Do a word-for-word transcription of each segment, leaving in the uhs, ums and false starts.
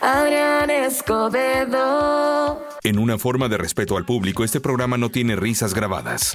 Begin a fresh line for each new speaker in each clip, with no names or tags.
Adrián Escobedo.
En una forma de respeto al público, este programa no tiene risas grabadas.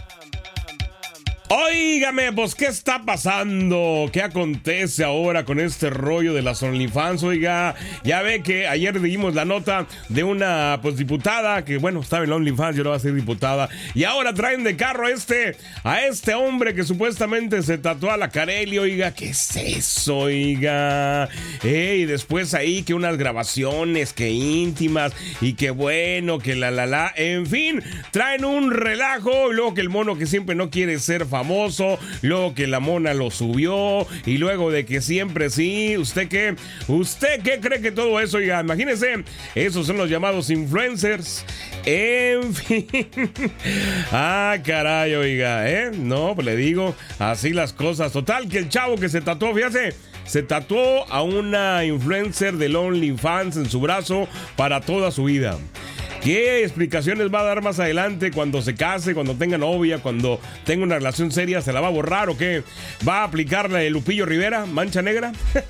Óigame, pues, ¿qué está pasando? ¿Qué acontece ahora con este rollo de las OnlyFans? Oiga, ya ve que ayer dimos la nota de una, pues, diputada que, bueno, estaba en OnlyFans y ahora va a ser diputada. Y ahora traen de carro a este, a este hombre que supuestamente se tatuó a la Carelli. Oiga, ¿qué es eso, oiga? Eh, y después ahí que unas grabaciones, que íntimas, y que bueno, que la, la, la. En fin, traen un relajo. Y luego que el mono que siempre no quiere ser famoso, luego que la mona lo subió, y luego de que siempre sí. ¿Usted qué? ¿Usted qué cree que todo eso? Oiga, imagínense, esos son los llamados influencers. En fin. Ah, caray, oiga, ¿eh? No, pues le digo, así las cosas. Total, que el chavo que se tatuó, fíjate, se tatuó a una influencer del OnlyFans en su brazo para toda su vida. ¿Qué explicaciones va a dar más adelante cuando se case, cuando tenga novia, cuando tenga una relación seria? ¿Se la va a borrar o qué? ¿Va a aplicarle Lupillo Rivera, mancha negra?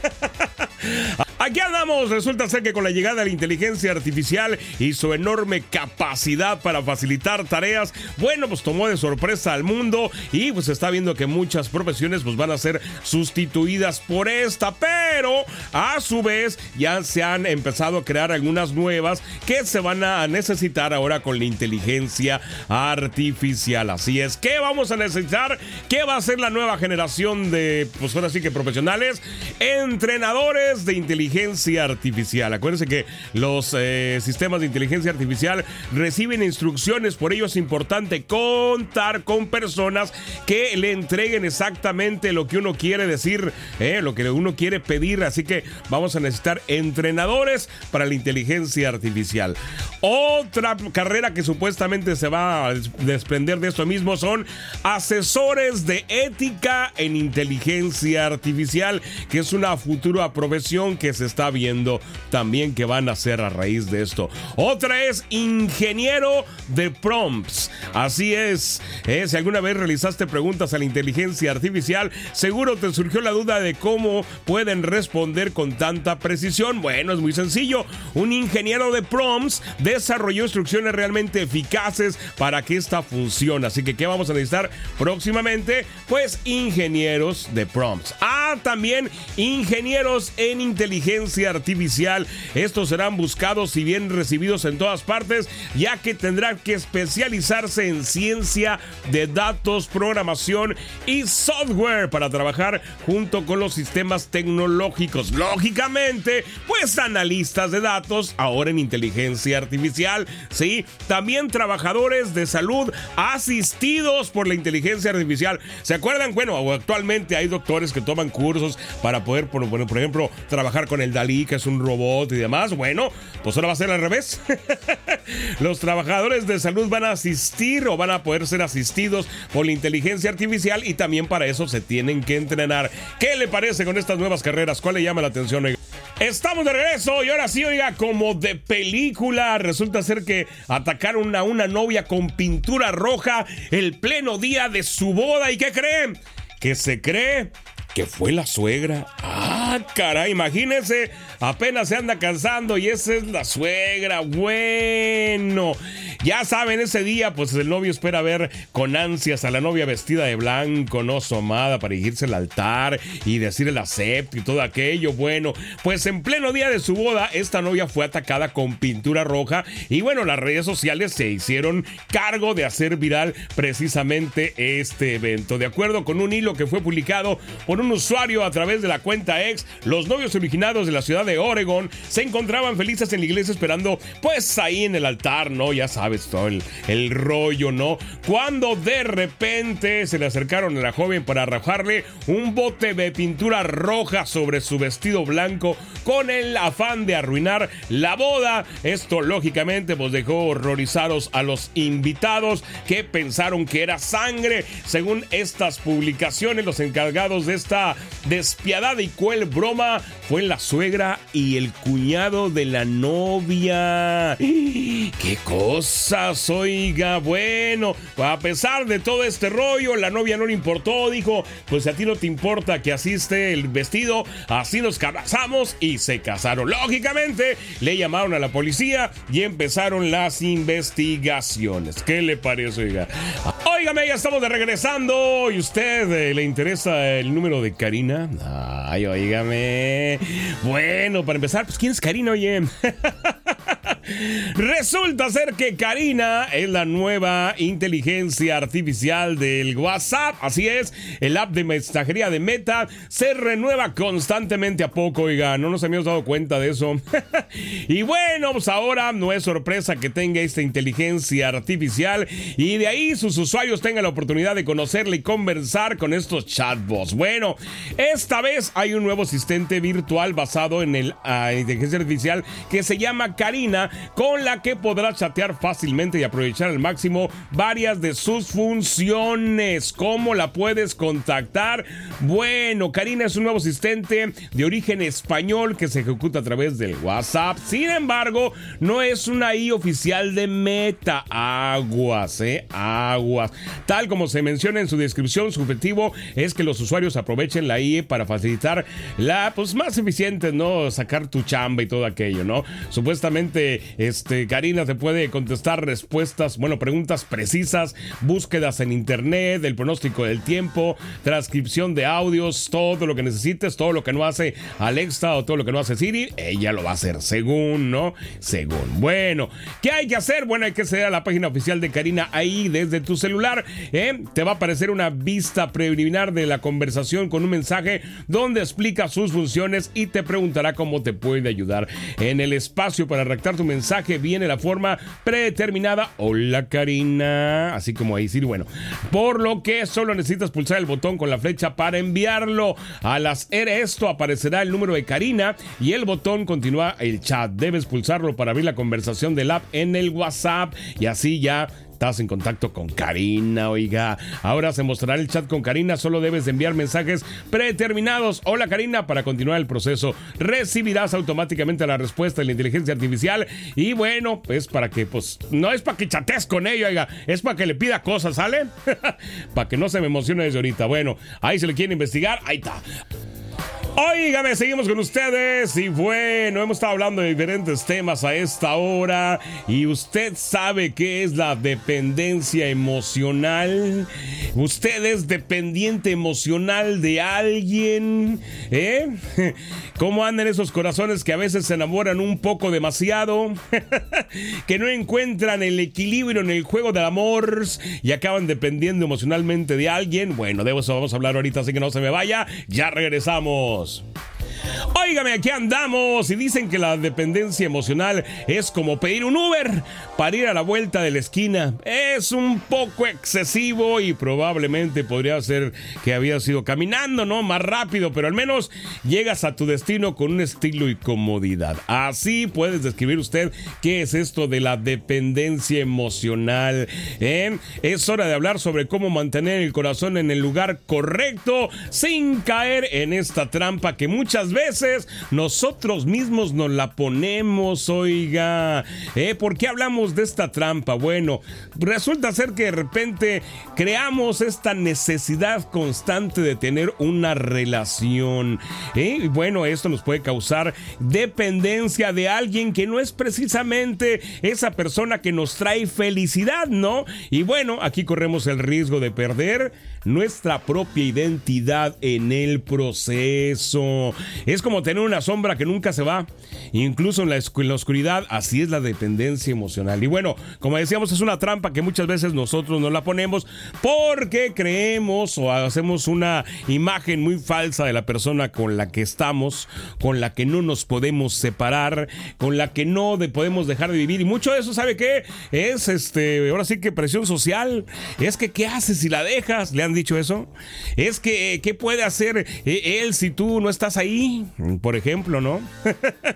Aquí andamos. Resulta ser que con la llegada de la inteligencia artificial y su enorme capacidad para facilitar tareas, bueno, pues tomó de sorpresa al mundo y pues se está viendo que muchas profesiones pues van a ser sustituidas por esta, pero a su vez ya se han empezado a crear algunas nuevas que se van a necesitar ahora con la inteligencia artificial. Así es, ¿qué vamos a necesitar? ¿Qué va a ser la nueva generación de, pues ahora sí que profesionales? Entrenadores de inteligencia artificial. Acuérdense que los eh, sistemas de inteligencia artificial reciben instrucciones, por ello es importante contar con personas que le entreguen exactamente lo que uno quiere decir, eh, lo que uno quiere pedir. Así que vamos a necesitar entrenadores para la inteligencia artificial. Otra carrera que supuestamente se va a desprender de esto mismo son asesores de ética en inteligencia artificial, que es una futura profesión que se está viendo también que van a hacer a raíz de esto. Otra es ingeniero de prompts. Así es, eh, si alguna vez realizaste preguntas a la inteligencia artificial, seguro te surgió la duda de cómo pueden responder con tanta precisión. Bueno, es muy sencillo. Un ingeniero de prompts desarrolló instrucciones realmente eficaces para que esta funcione. Así que, ¿qué vamos a necesitar próximamente? Pues ingenieros de prompts. Ah, también ingenieros en inteligencia artificial. Estos serán buscados y bien recibidos en todas partes, ya que tendrán que especializarse en ciencia de datos, programación y software para trabajar junto con los sistemas tecnológicos. Lógicamente, pues analistas de datos, ahora en inteligencia artificial, ¿sí? También trabajadores de salud asistidos por la inteligencia artificial. ¿Se acuerdan? Bueno, actualmente hay doctores que toman cursos para poder, por, por ejemplo, trabajar con el Dalí, que es un robot y demás. Bueno, pues ahora va a ser al revés. Los trabajadores de salud van a asistir o van a poder ser asistidos por la inteligencia artificial, y también para eso se tienen que entrenar. ¿Qué le parece con estas nuevas carreras? ¿Cuál le llama la atención, oiga? Estamos de regreso y ahora sí, oiga, como de película. Resulta ser que atacaron a una novia con pintura roja el pleno día de su boda. ¿Y qué creen? Que se cree que fue la suegra. Ah, caray, imagínense, apenas se anda casando y esa es la suegra. Bueno, ya saben, ese día pues el novio espera ver con ansias a la novia vestida de blanco, no asomada, para dirigirse al altar y decir el acepto y todo aquello. Bueno, pues en pleno día de su boda, esta novia fue atacada con pintura roja y bueno, las redes sociales se hicieron cargo de hacer viral precisamente este evento. De acuerdo con un hilo que fue publicado por un usuario a través de la cuenta X, los novios originados de la ciudad de Oregón se encontraban felices en la iglesia esperando pues ahí en el altar, ¿no? Ya sabes, todo el, el rollo, ¿no? Cuando de repente se le acercaron a la joven para arrojarle un bote de pintura roja sobre su vestido blanco con el afán de arruinar la boda. Esto lógicamente pues dejó horrorizados a los invitados, que pensaron que era sangre. Según estas publicaciones, los encargados de esta esta despiadada y cruel broma fue la suegra y el cuñado de la novia. ¡Qué cosas, oiga! Bueno, a pesar de todo este rollo, la novia no le importó, dijo, pues a ti no te importa que asiste el vestido, así nos casamos y se casaron. Lógicamente, le llamaron a la policía y empezaron las investigaciones. ¿Qué le parece, oiga? Óigame, ya estamos de regresando. ¿Y usted eh, le interesa el número de Karina? Ay, óigame. Bueno, para empezar, pues ¿quién es Karina, oye? Resulta ser que Karina es la nueva inteligencia artificial del WhatsApp. Así es, el app de mensajería de Meta se renueva constantemente a poco, oiga, no nos habíamos dado cuenta de eso. Y bueno, pues ahora no es sorpresa que tenga esta inteligencia artificial y de ahí sus usuarios tengan la oportunidad de conocerla y conversar con estos chatbots. Bueno, esta vez hay un nuevo asistente virtual basado en el uh, inteligencia artificial que se llama Karina, con la que podrás chatear fácilmente y aprovechar al máximo varias de sus funciones. ¿Cómo la puedes contactar? Bueno, Karina es un nuevo asistente de origen español que se ejecuta a través del WhatsApp. Sin embargo, no es una I A oficial de Meta. Aguas, eh, aguas. Tal como se menciona en su descripción, su objetivo es que los usuarios aprovechen la I A para facilitar la, pues, más eficiente, ¿no? Sacar tu chamba y todo aquello, ¿no? Supuestamente, este, Karina te puede contestar respuestas, bueno, preguntas precisas, búsquedas en internet, el pronóstico del tiempo, transcripción de audios, todo lo que necesites, todo lo que no hace Alexa o todo lo que no hace Siri, ella lo va a hacer, según, ¿no? Según. Bueno, ¿qué hay que hacer? Bueno, hay que acceder a la página oficial de Karina ahí desde tu celular, ¿eh? Te va a aparecer una vista preliminar de la conversación con un mensaje donde explica sus funciones y te preguntará cómo te puede ayudar. En el espacio para redactar tu mensaje viene la forma predeterminada, hola Karina, así como ahí, sí, bueno, por lo que solo necesitas pulsar el botón con la flecha para enviarlo. Al hacer esto aparecerá el número de Karina y el botón continúa el chat. Debes pulsarlo para abrir la conversación del app en el WhatsApp y así ya estás en contacto con Karina, oiga. Ahora se mostrará el chat con Karina, solo debes enviar mensajes predeterminados. Hola Karina, para continuar el proceso. Recibirás automáticamente la respuesta de la inteligencia artificial y bueno, es para que, pues, no es para que chatees con ella, oiga, es para que le pida cosas, ¿sale? Para que no se me emocione desde ahorita. Bueno, ahí se le quiere investigar, ahí está. Óigame, seguimos con ustedes y bueno, hemos estado hablando de diferentes temas a esta hora y usted sabe qué es la dependencia emocional. ¿Usted es dependiente emocional de alguien? ¿Eh? ¿Cómo andan esos corazones que a veces se enamoran un poco demasiado? Que no encuentran el equilibrio en el juego del amor y acaban dependiendo emocionalmente de alguien. Bueno, de eso vamos a hablar ahorita, así que no se me vaya, ya regresamos. Óigame, aquí andamos y dicen que la dependencia emocional es como pedir un Uber para ir a la vuelta de la esquina. Es un poco excesivo y probablemente podría ser que había sido caminando, ¿no? Más rápido, pero al menos llegas a tu destino con un estilo y comodidad. Así puedes describir usted qué es esto de la dependencia emocional, ¿eh? Es hora de hablar sobre cómo mantener el corazón en el lugar correcto sin caer en esta trampa que muchas veces nosotros mismos nos la ponemos, oiga. ¿Eh? ¿Por qué hablamos de esta trampa? Bueno, resulta ser que de repente creamos esta necesidad constante de tener una relación. ¿Eh? Y bueno, esto nos puede causar dependencia de alguien que no es precisamente esa persona que nos trae felicidad, ¿no? Y bueno, aquí corremos el riesgo de perder nuestra propia identidad en el proceso. Es como tener una sombra que nunca se va, incluso en la, en la oscuridad. Así es la dependencia emocional. Y bueno, como decíamos, es una trampa que muchas veces nosotros nos la ponemos porque creemos o hacemos una imagen muy falsa de la persona con la que estamos, con la que no nos podemos separar, con la que no de, podemos dejar de vivir. Y mucho de eso, ¿sabe qué? Es, este, ahora sí que presión social. Es que, ¿qué haces si la dejas? ¿Le han dicho eso? Es que, ¿qué puede hacer él si tú no estás ahí? Por ejemplo, ¿no?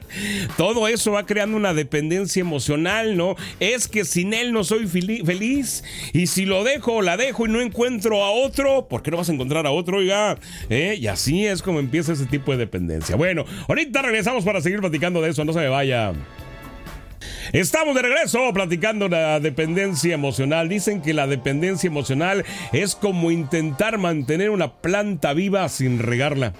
Todo eso va creando una dependencia emocional, ¿no? Es que sin él no soy feliz. Y si lo dejo o la dejo y no encuentro a otro, ¿por qué no vas a encontrar a otro, oiga? ¿Eh? Y así es como empieza ese tipo de dependencia. Bueno, ahorita regresamos para seguir platicando de eso. No se me vaya. Estamos de regreso platicando de la dependencia emocional. Dicen que la dependencia emocional es como intentar mantener una planta viva sin regarla.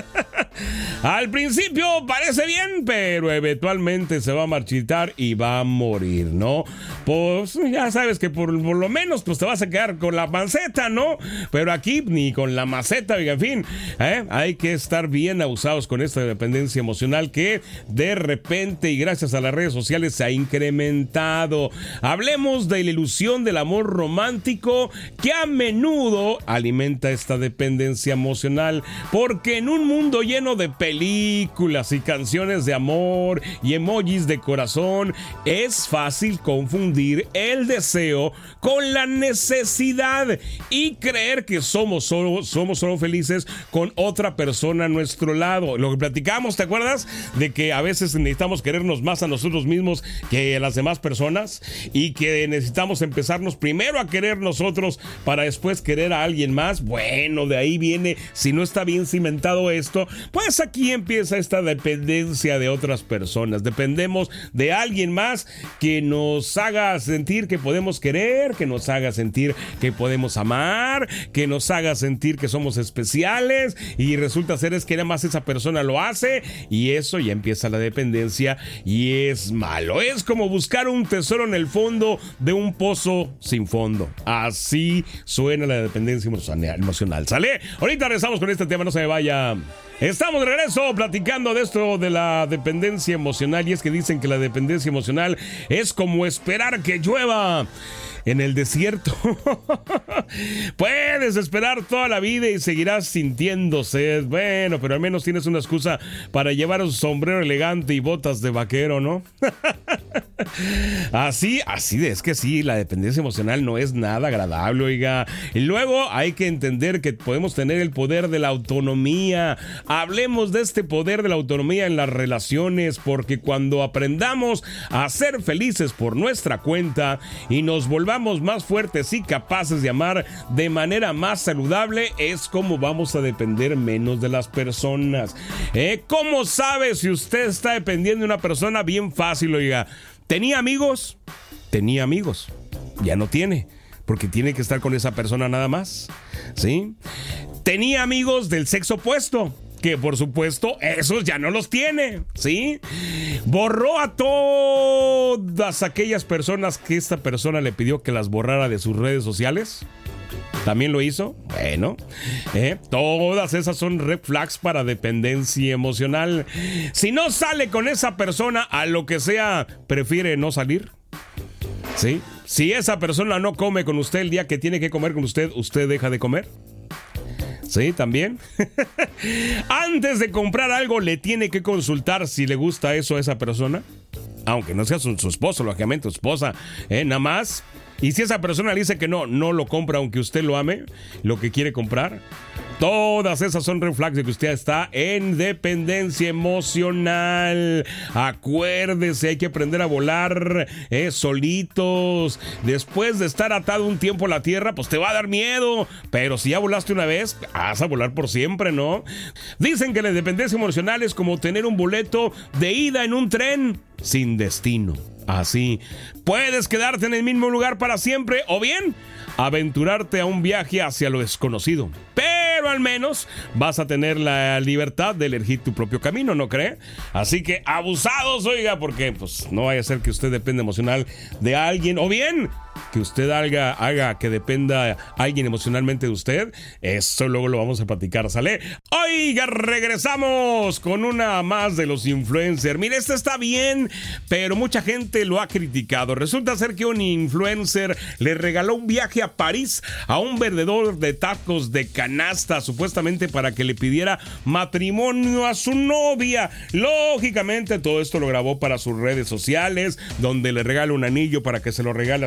Al principio parece bien, pero eventualmente se va a marchitar y va a morir, ¿no? Pues ya sabes que por, por lo menos pues te vas a quedar con la maceta, ¿no? Pero aquí ni con la maceta, oiga, en fin, ¿eh? Hay que estar bien abusados con esta dependencia emocional que de repente y gracias a las redes sociales se ha incrementado. Hablemos de la ilusión del amor romántico que a menudo alimenta esta dependencia emocional, porque en un mundo lleno de películas y canciones de amor y emojis de corazón, es fácil confundir el deseo con la necesidad y creer que somos solo, somos solo felices con otra persona a nuestro lado. Lo que platicamos, ¿te acuerdas? De que a veces necesitamos querernos más a nosotros mismos que a las demás personas y que necesitamos empezarnos primero a querer nosotros para después querer a alguien más. Bueno, de ahí viene, si no está bien cimentado esto, pues aquí empieza esta dependencia de otras personas. Dependemos de alguien más que nos haga sentir que podemos querer, que nos haga sentir que podemos amar, que nos haga sentir que somos especiales, y resulta ser es que nada más esa persona lo hace y eso ya empieza la dependencia y es malo. Es como buscar un tesoro en el fondo de un pozo sin fondo. Así suena la dependencia emocional. ¿Sale? Ahorita regresamos con este tema, no se me vaya. Estamos de regreso platicando de esto de la dependencia emocional, y es que dicen que la dependencia emocional es como esperar que llueva en el desierto. Puedes esperar toda la vida y seguirás sintiéndose. Bueno, pero al menos tienes una excusa para llevar un sombrero elegante y botas de vaquero, ¿no? Así, así es que sí, la dependencia emocional no es nada agradable, oiga. Y luego hay que entender que podemos tener el poder de la autonomía. Hablemos de este poder de la autonomía en las relaciones, porque cuando aprendamos a ser felices por nuestra cuenta y nos volvamos más fuertes y capaces de amar de manera más saludable, es como vamos a depender menos de las personas. ¿Eh? ¿Cómo sabe si usted está dependiendo de una persona? Bien fácil, oiga. ¿Tenía amigos? Tenía amigos. Ya no tiene, porque tiene que estar con esa persona nada más. ¿Sí? Tenía amigos del sexo opuesto, que por supuesto esos ya no los tiene, ¿sí? Borró a todas aquellas personas que esta persona le pidió que las borrara de sus redes sociales. ¿También lo hizo? Bueno, ¿eh? Todas esas son red flags para dependencia emocional. Si no sale con esa persona, a lo que sea, prefiere no salir, ¿sí? Si esa persona no come con usted el día que tiene que comer con usted, ¿usted deja de comer? Sí, también. Antes de comprar algo, le tiene que consultar si le gusta eso a esa persona. Aunque no sea su, su esposo, lógicamente, su esposa, ¿eh? Nada más. Y si esa persona le dice que no, no lo compra aunque usted lo ame, lo que quiere comprar. Todas esas son red flags de que usted está en dependencia emocional. Acuérdese, hay que aprender a volar eh, solitos. Después de estar atado un tiempo a la tierra, pues te va a dar miedo. Pero si ya volaste una vez, vas a volar por siempre, ¿no? Dicen que la dependencia emocional es como tener un boleto de ida en un tren sin destino. Así, puedes quedarte en el mismo lugar para siempre o bien aventurarte a un viaje hacia lo desconocido. Pero al menos vas a tener la libertad de elegir tu propio camino, ¿no cree? Así que abusados, oiga, porque pues no vaya a ser que usted dependa emocional de alguien o bien que usted haga, haga que dependa alguien emocionalmente de usted. Eso luego lo vamos a platicar, ¿sale? Oiga, regresamos con una más de los influencers. Mire, esta está bien, pero mucha gente lo ha criticado. Resulta ser que un influencer le regaló un viaje a París a un vendedor de tacos de canasta, supuestamente para que le pidiera matrimonio a su novia. Lógicamente, todo esto lo grabó para sus redes sociales, donde le regala un anillo para que se lo regale a su novia.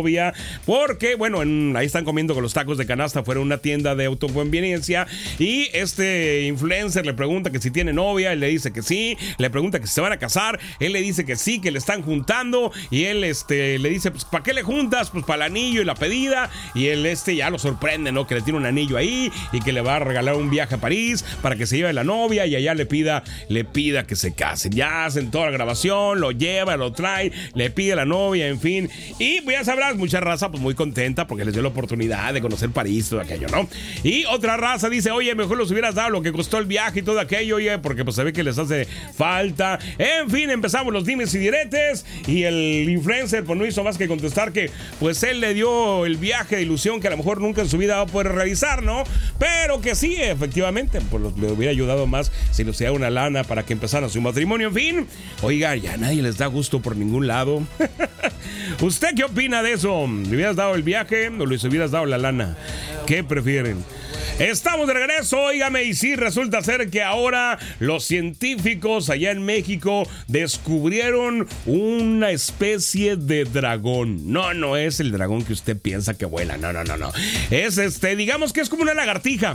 novia, porque, bueno, en, ahí están comiendo con los tacos de canasta fuera de una tienda de autoconveniencia y este influencer le pregunta que si tiene novia, él le dice que sí, le pregunta que si se van a casar, él le dice que sí, que le están juntando y él este, le dice, pues, ¿para qué le juntas? Pues para el anillo y la pedida, y él este ya lo sorprende, ¿no? Que le tiene un anillo ahí y que le va a regalar un viaje a París para que se lleve la novia y allá le pida, le pida que se casen. Ya hacen toda la grabación, lo lleva, lo trae, le pide a la novia, en fin, y pues ya sabrás, mucha raza pues muy contenta porque les dio la oportunidad de conocer París, todo aquello, ¿no? Y otra raza dice, oye, mejor los hubieras dado lo que costó el viaje y todo aquello, oye, porque pues se ve que les hace falta. En fin, empezamos los dimes y diretes y el influencer pues no hizo más que contestar que pues él le dio el viaje de ilusión que a lo mejor nunca en su vida va a poder realizar, ¿no? Pero que sí, efectivamente, pues le hubiera ayudado más si les diera una lana para que empezara su matrimonio. En fin, oiga, ya a nadie les da gusto por ningún lado. ¿Usted qué opina de eso? ¿Le hubieras dado el viaje o les hubieras dado la lana? ¿Qué prefieren? Estamos de regreso, óigame, y sí, resulta ser que ahora los científicos allá en México descubrieron una especie de dragón. No, no es el dragón que usted piensa que vuela, no, no, no, no. Es este, digamos que es como una lagartija.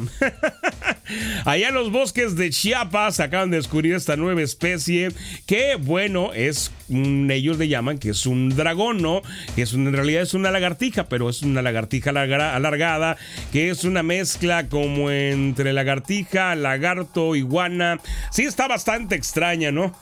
Allá en los bosques de Chiapas acaban de descubrir esta nueva especie que, bueno, es, mm, ellos le llaman que es un dragón, ¿no? Que es un, en realidad es una lagartija, pero es una lagartija alarga, alargada, que es una mezcla como entre lagartija, lagarto, iguana. Sí, está bastante extraña, ¿no?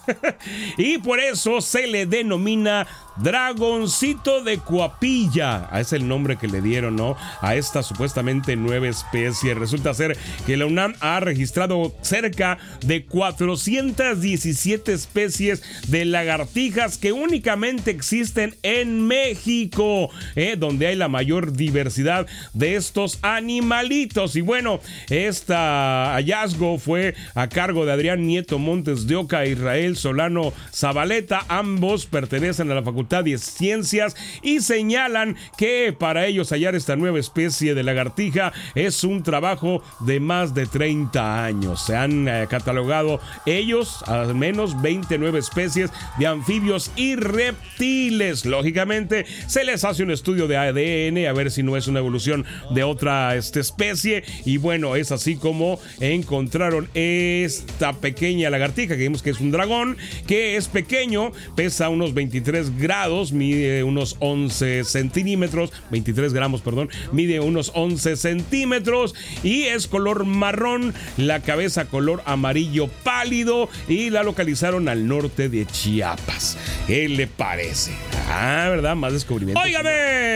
Y por eso se le denomina dragoncito de Coapilla. Es el nombre que le dieron, ¿no? A esta supuestamente nueva especie. Resulta ser que la UNAM ha registrado cerca de cuatrocientas diecisiete especies de lagartijas que únicamente existen en México, ¿eh? Donde hay la mayor diversidad de estos animalitos. Y bueno, este hallazgo fue a cargo de Adrián Nieto Montes de Oca e Israel Solano Zabaleta. Ambos pertenecen a la Facultad de Ciencias y señalan que para ellos hallar esta nueva especie de lagartija es un trabajo de más de treinta años. Se han eh, catalogado ellos al menos veintinueve especies de anfibios y reptiles. Lógicamente se les hace un estudio de A D N a ver si no es una evolución de otra este, especie, y bueno, es así como encontraron esta pequeña lagartija que vimos que es un dragón, que es pequeño, pesa unos veintitrés grados, mide unos once centímetros, veintitrés gramos, perdón, mide unos once centímetros y es color marrón, la cabeza color amarillo pálido, y la localizaron al norte de Chiapas. ¿Qué le parece? Ah, ¿verdad? Más descubrimientos. ¡Óigame!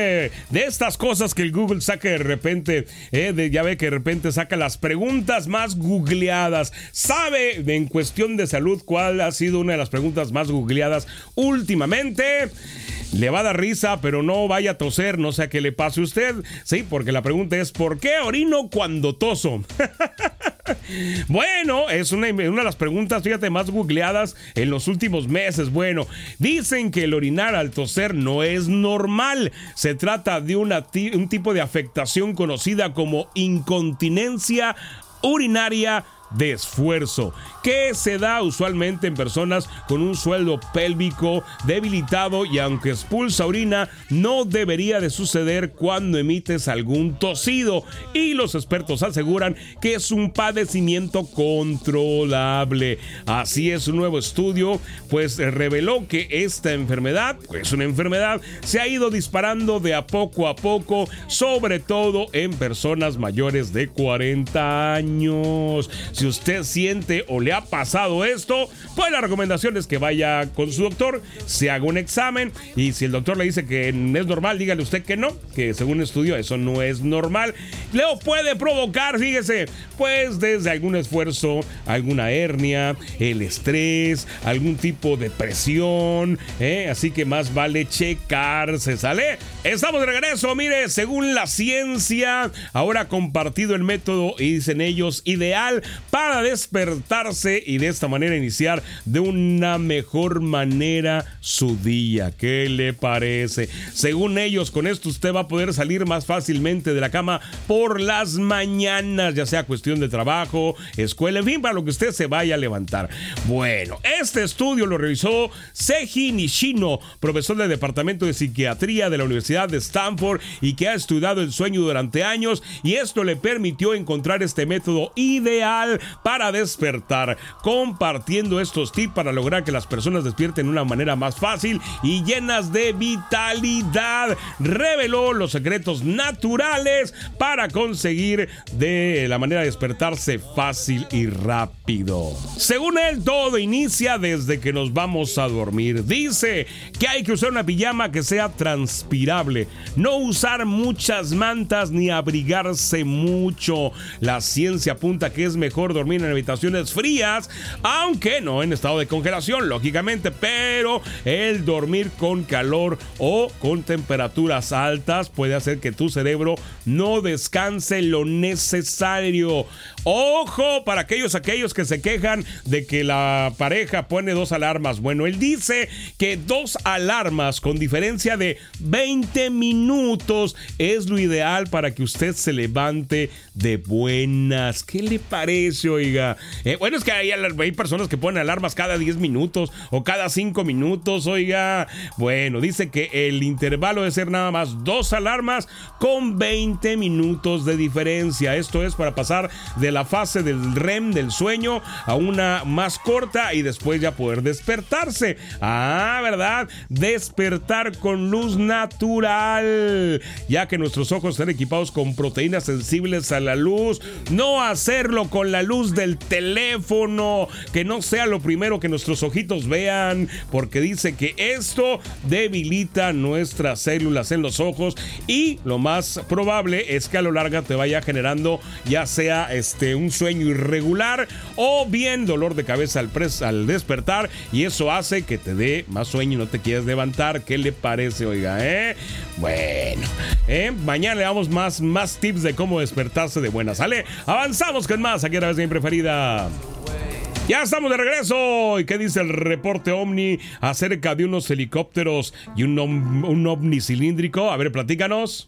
De estas cosas que el Google saca de repente, eh, de, ya ve que de repente saca las preguntas más googleadas. ¿Sabe en cuestión de salud cuál ha sido una de las preguntas más googleadas últimamente? Le va a dar risa, pero no vaya a toser, no sé a qué le pase a usted. Sí, porque la pregunta es, ¿por qué orino cuando toso? Bueno, es una, una de las preguntas, fíjate, más googleadas en los últimos meses. Bueno, dicen que el orinar al toser no es normal. Se trata de una, un tipo de afectación conocida como incontinencia urinaria de esfuerzo, que se da usualmente en personas con un suelo pélvico debilitado, y aunque expulsa orina, no debería de suceder cuando emites algún tosido, y los expertos aseguran que es un padecimiento controlable. Así es, un nuevo estudio pues reveló que esta enfermedad, pues una enfermedad, se ha ido disparando de a poco a poco, sobre todo en personas mayores de cuarenta años. Si usted siente o le ha pasado esto, pues la recomendación es que vaya con su doctor, se haga un examen, y si el doctor le dice que es normal, dígale usted que no, que según estudio eso no es normal. Le puede provocar, fíjese, pues desde algún esfuerzo, alguna hernia, el estrés, algún tipo de presión, ¿eh? Así que más vale checarse, ¿sale? Estamos de regreso, mire, según la ciencia, ahora ha compartido el método, y dicen ellos, ideal para despertarse relajarse y de esta manera iniciar de una mejor manera su día. ¿Qué le parece? Según ellos, con esto usted va a poder salir más fácilmente de la cama por las mañanas, ya sea cuestión de trabajo, escuela, en fin, para lo que usted se vaya a levantar. Bueno, este estudio lo realizó Seiji Nishino, profesor del Departamento de Psiquiatría de la Universidad de Stanford y que ha estudiado el sueño durante años, y esto le permitió encontrar este método ideal para despertar, compartiendo estos tips para lograr que las personas despierten de una manera más fácil y llenas de vitalidad. Reveló los secretos naturales para conseguir de la manera de despertarse fácil y rápido. Según él, todo inicia desde que nos vamos a dormir. Dice que hay que usar una pijama que sea transpirable, no usar muchas mantas ni abrigarse mucho. La ciencia apunta que es mejor dormir en habitaciones frías, aunque no en estado de congelación, lógicamente, pero el dormir con calor o con temperaturas altas puede hacer que tu cerebro no descanse lo necesario. Ojo para aquellos aquellos que se quejan de que la pareja pone dos alarmas. Bueno, él dice que dos alarmas con diferencia de veinte minutos es lo ideal para que usted se levante de buenas. ¿Qué le parece, oiga? Eh, bueno, es que hay, hay personas que ponen alarmas cada diez minutos o cada cinco minutos, oiga. Bueno, dice que el intervalo debe ser nada más dos alarmas con veinte minutos de diferencia. Esto es para pasar de la fase del R E M, del sueño, a una más corta y después ya poder despertarse. Ah, ¿verdad? Despertar con luz natural, ya que nuestros ojos están equipados con proteínas sensibles a la luz. No hacerlo con la luz del teléfono, que no sea lo primero que nuestros ojitos vean, porque dice que esto debilita nuestras células en los ojos y lo más probable es que a lo largo te vaya generando ya sea este un sueño irregular o bien dolor de cabeza al, pres- al despertar, y eso hace que te dé más sueño y no te quieres levantar. ¿Qué le parece, oiga? ¿Eh? Bueno, ¿eh? Mañana le damos más, más tips de cómo despertarse de buenas. ¿Sale? Avanzamos con más aquí a través de mi preferida. Ya estamos de regreso. ¿Y qué dice el reporte OVNI acerca de unos helicópteros y un, un ovni cilíndrico? A ver, platícanos.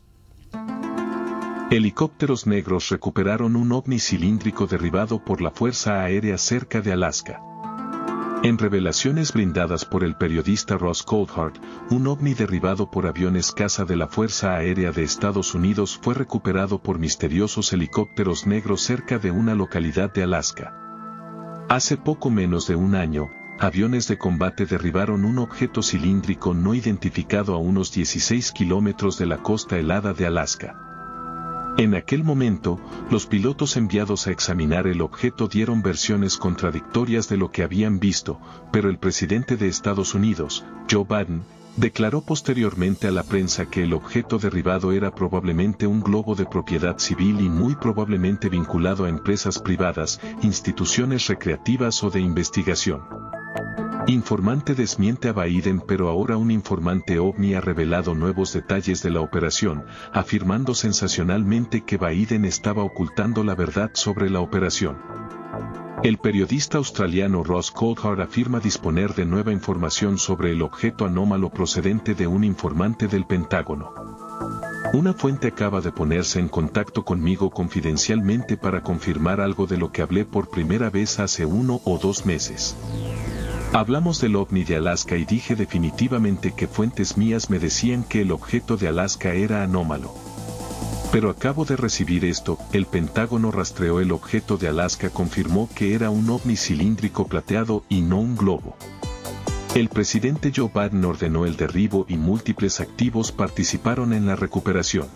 Helicópteros negros recuperaron un ovni cilíndrico derribado por la Fuerza Aérea cerca de Alaska. En revelaciones brindadas por el periodista Ross Coulthard, un ovni derribado por aviones caza de la Fuerza Aérea de Estados Unidos fue recuperado por misteriosos helicópteros negros cerca de una localidad de Alaska. Hace poco menos de un año, aviones de combate derribaron un objeto cilíndrico no identificado a unos dieciséis kilómetros de la costa helada de Alaska. En aquel momento, los pilotos enviados a examinar el objeto dieron versiones contradictorias de lo que habían visto, pero el presidente de Estados Unidos, Joe Biden, declaró posteriormente a la prensa que el objeto derribado era probablemente un globo de propiedad civil y muy probablemente vinculado a empresas privadas, instituciones recreativas o de investigación. Informante desmiente a Biden, pero ahora un informante ovni ha revelado nuevos detalles de la operación, afirmando sensacionalmente que Biden estaba ocultando la verdad sobre la operación. El periodista australiano Ross Coulthard afirma disponer de nueva información sobre el objeto anómalo procedente de un informante del Pentágono. Una fuente acaba de ponerse en contacto conmigo confidencialmente para confirmar algo de lo que hablé por primera vez hace uno o dos meses. Hablamos del ovni de Alaska y dije definitivamente que fuentes mías me decían que el objeto de Alaska era anómalo. Pero acabo de recibir esto, el Pentágono rastreó el objeto de Alaska, confirmó que era un ovni cilíndrico plateado y no un globo. El presidente Joe Biden ordenó el derribo y múltiples activos participaron en la recuperación.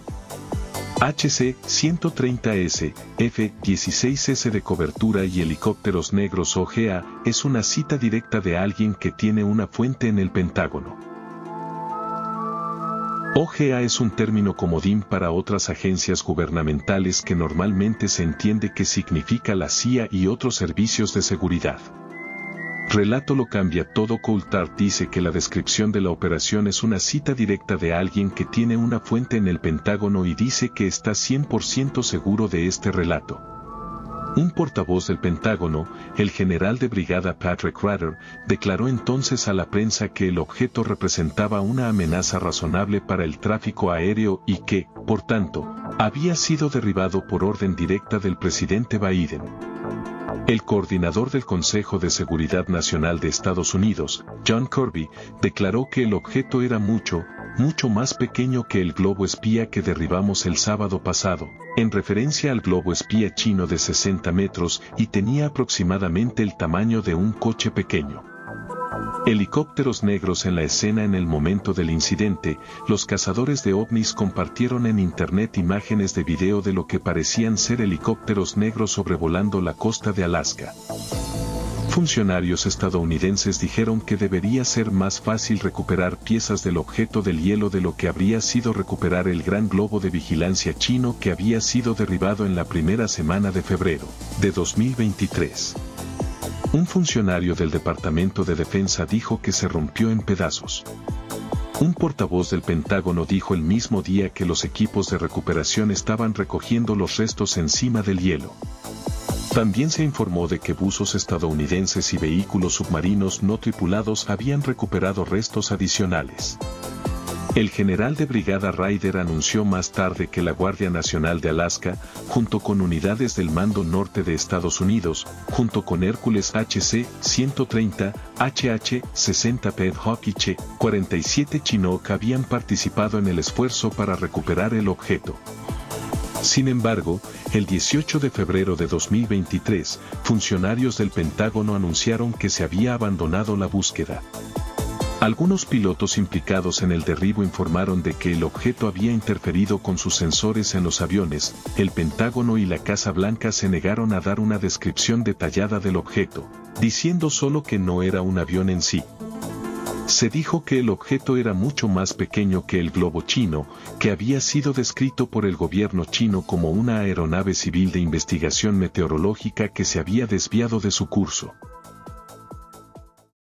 H C ciento treinta S, F dieciséis S de cobertura y helicópteros negros O G A, es una cita directa de alguien que tiene una fuente en el Pentágono. O G A es un término comodín para otras agencias gubernamentales que normalmente se entiende que significa la C I A y otros servicios de seguridad. Relato lo cambia todo. Coulthard dice que la descripción de la operación es una cita directa de alguien que tiene una fuente en el Pentágono y dice que está cien por ciento seguro de este relato. Un portavoz del Pentágono, el general de brigada Patrick Ryder, declaró entonces a la prensa que el objeto representaba una amenaza razonable para el tráfico aéreo y que, por tanto, había sido derribado por orden directa del presidente Biden. El coordinador del Consejo de Seguridad Nacional de Estados Unidos, John Kirby, declaró que el objeto era mucho, mucho más pequeño que el globo espía que derribamos el sábado pasado, en referencia al globo espía chino de sesenta metros y tenía aproximadamente el tamaño de un coche pequeño. Helicópteros negros en la escena. En el momento del incidente, los cazadores de ovnis compartieron en internet imágenes de video de lo que parecían ser helicópteros negros sobrevolando la costa de Alaska. Funcionarios estadounidenses dijeron que debería ser más fácil recuperar piezas del objeto del hielo de lo que habría sido recuperar el gran globo de vigilancia chino que había sido derribado en la primera semana de febrero de dos mil veintitrés. Un funcionario del Departamento de Defensa dijo que se rompió en pedazos. Un portavoz del Pentágono dijo el mismo día que los equipos de recuperación estaban recogiendo los restos encima del hielo. También se informó de que buzos estadounidenses y vehículos submarinos no tripulados habían recuperado restos adicionales. El general de brigada Ryder anunció más tarde que la Guardia Nacional de Alaska, junto con unidades del Mando Norte de Estados Unidos, junto con Hércules H C ciento treinta, H H sesenta P Hawk y Che cuarenta y siete Chinook habían participado en el esfuerzo para recuperar el objeto. Sin embargo, el dieciocho de febrero de dos mil veintitrés, funcionarios del Pentágono anunciaron que se había abandonado la búsqueda. Algunos pilotos implicados en el derribo informaron de que el objeto había interferido con sus sensores en los aviones. El Pentágono y la Casa Blanca se negaron a dar una descripción detallada del objeto, diciendo solo que no era un avión en sí. Se dijo que el objeto era mucho más pequeño que el globo chino, que había sido descrito por el gobierno chino como una aeronave civil de investigación meteorológica que se había desviado de su curso.